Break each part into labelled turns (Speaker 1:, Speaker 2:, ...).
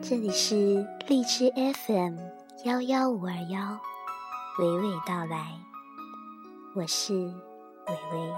Speaker 1: 这里是荔枝 FM 11521，娓娓道来，我是伟伟。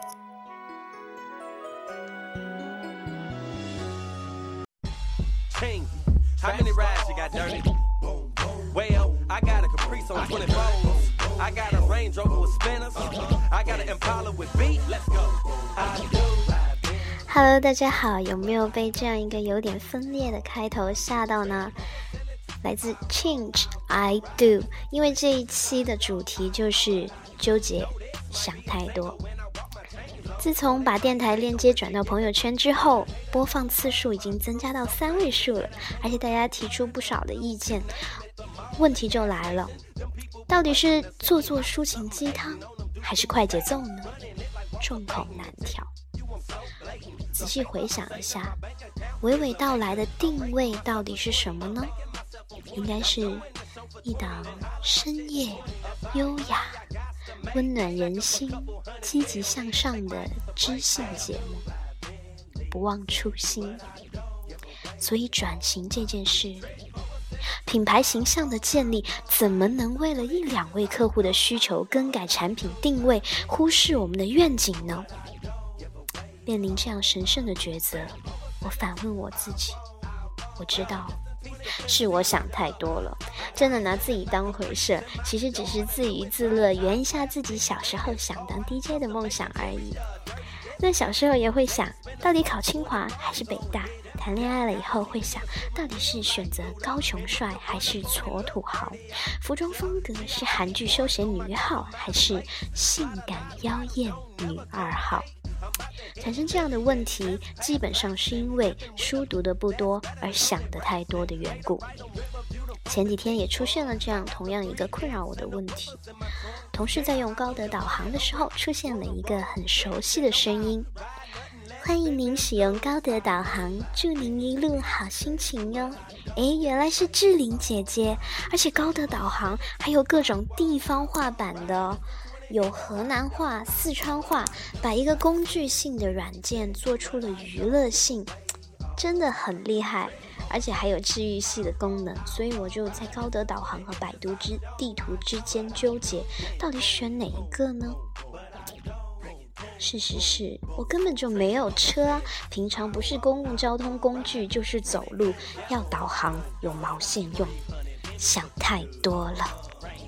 Speaker 1: Hello， 大家好，有没有被这样一个有点分裂的开头吓到呢？来自 Change I Do， 因为这一期的主题就是纠结，想太多。自从把电台链接转到朋友圈之后，播放次数已经增加到3位数了，而且大家提出不少的意见。问题就来了，到底是做抒情鸡汤，还是快节奏呢？众口难调。仔细回想一下，娓娓道来的定位到底是什么呢？应该是一档深夜、优雅、温暖人心、积极向上的知性节目，不忘初心。所以转型这件事，品牌形象的建立，怎么能为了1-2位客户的需求更改产品定位，忽视我们的愿景呢？面临这样神圣的抉择，我反问我自己，我知道是我想太多了，真的拿自己当回事，其实只是自娱自乐，圆一下自己小时候想当 DJ 的梦想而已。那小时候也会想，到底考清华还是北大？谈恋爱了以后会想，到底是选择高穷帅还是矬土豪？服装风格是韩剧休闲女1号还是性感妖艳女2号？产生这样的问题，基本上是因为书读的不多而想得太多的缘故。前几天也出现了这样同样一个困扰我的问题，同事在用高德导航的时候，出现了一个很熟悉的声音：欢迎您使用高德导航，祝您一路好心情哟。原来是志玲姐姐，而且高德导航还有各种地方话版的，有河南话、四川话，把一个工具性的软件做出了娱乐性，真的很厉害，而且还有治愈系的功能。所以我就在高德导航和百度地图之间纠结，到底选哪一个呢？事实是我根本就没有车啊，平常不是公共交通工具就是走路，要导航有毛线用，想太多了。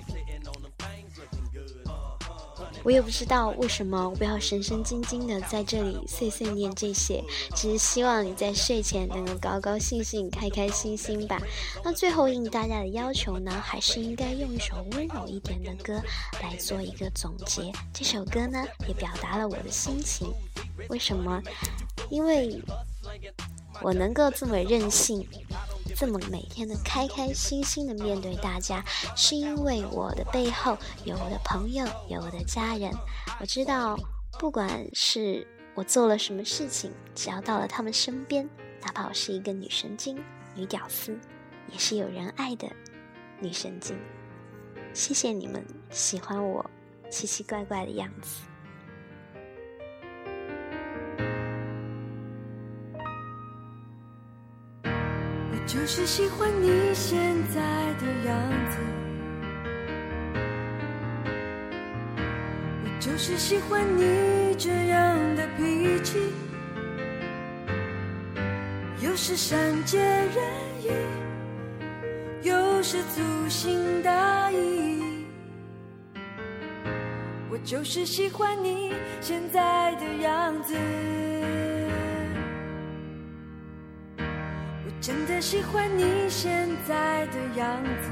Speaker 1: 我也不知道为什么我要神神经经的在这里碎碎念这些，只是希望你在睡前能够高高兴兴、开开心心吧。那最后应大家的要求呢，还是应该用一首温柔一点的歌来做一个总结。这首歌呢，也表达了我的心情。为什么？因为我能够这么任性，这么每天的开开心心的面对大家，是因为我的背后有我的朋友，有我的家人。我知道不管是我做了什么事情，只要到了他们身边，哪怕我是一个女神经、女屌丝，也是有人爱的女神经。谢谢你们喜欢我奇奇怪怪的样子。
Speaker 2: 就是喜欢你现在的样子，我就是喜欢你这样的脾气，有时善解人意，有时粗心大意，我就是喜欢你现在的样子，真的喜欢你现在的样子，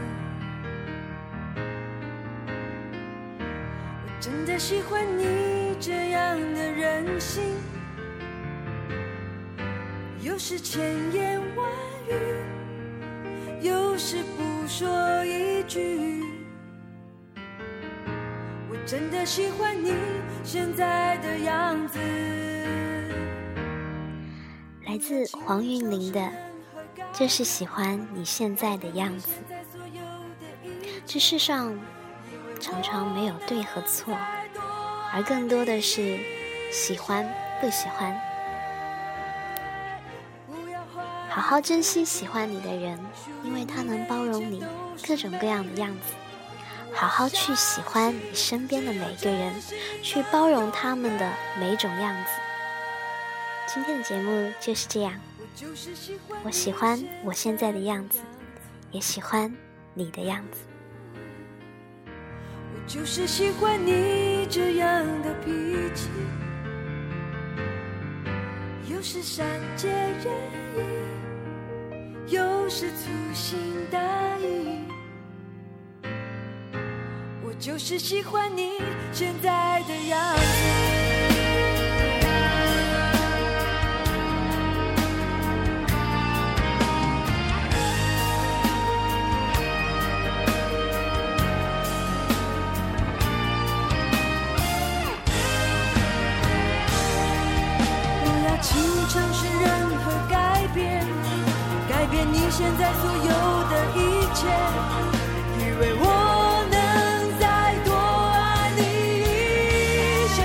Speaker 2: 我真的喜欢你这样的任性，有时千言万语，有时不说一句，我真的喜欢你现在的样子。
Speaker 1: 来自黄韵玲的就是喜欢你现在的样子。这世上常常没有对和错，而更多的是喜欢不喜欢。 好好珍惜喜欢你的人，因为他能包容你各种各样的样子。好好去喜欢你身边的每个人，去包容他们的每种样子。今天的节目就是这样，我喜欢我现在的样子，也喜欢你的样子。
Speaker 2: 我就是喜欢你这样的脾气，有时善解人意，有时粗心大意。我就是喜欢你现在的样子。不要轻尝试任何改变，改变你现在所有的一切，以为我能再多爱你一些。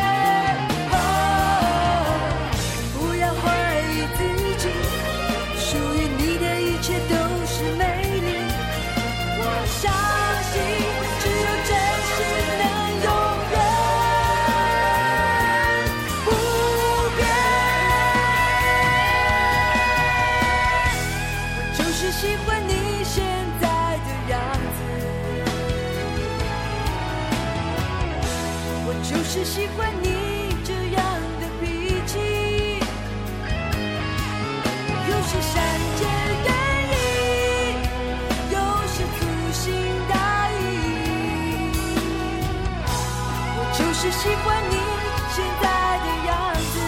Speaker 2: 不要怀疑自己，属于你的一切都是美丽。我相信只有真心能永远不变。我就是喜欢你现在的样子，我就是喜欢你这样的脾气，有时善解人意，有时粗心大意。我就是喜欢你现在的样子，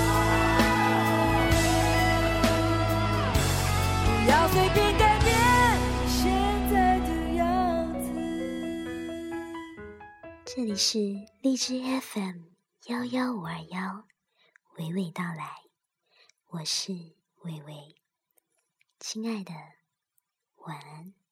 Speaker 2: 不要随便改变现在的样子。
Speaker 1: 这里是荔枝 FM11521，娓娓道来，我是伟伟，亲爱的，晚安。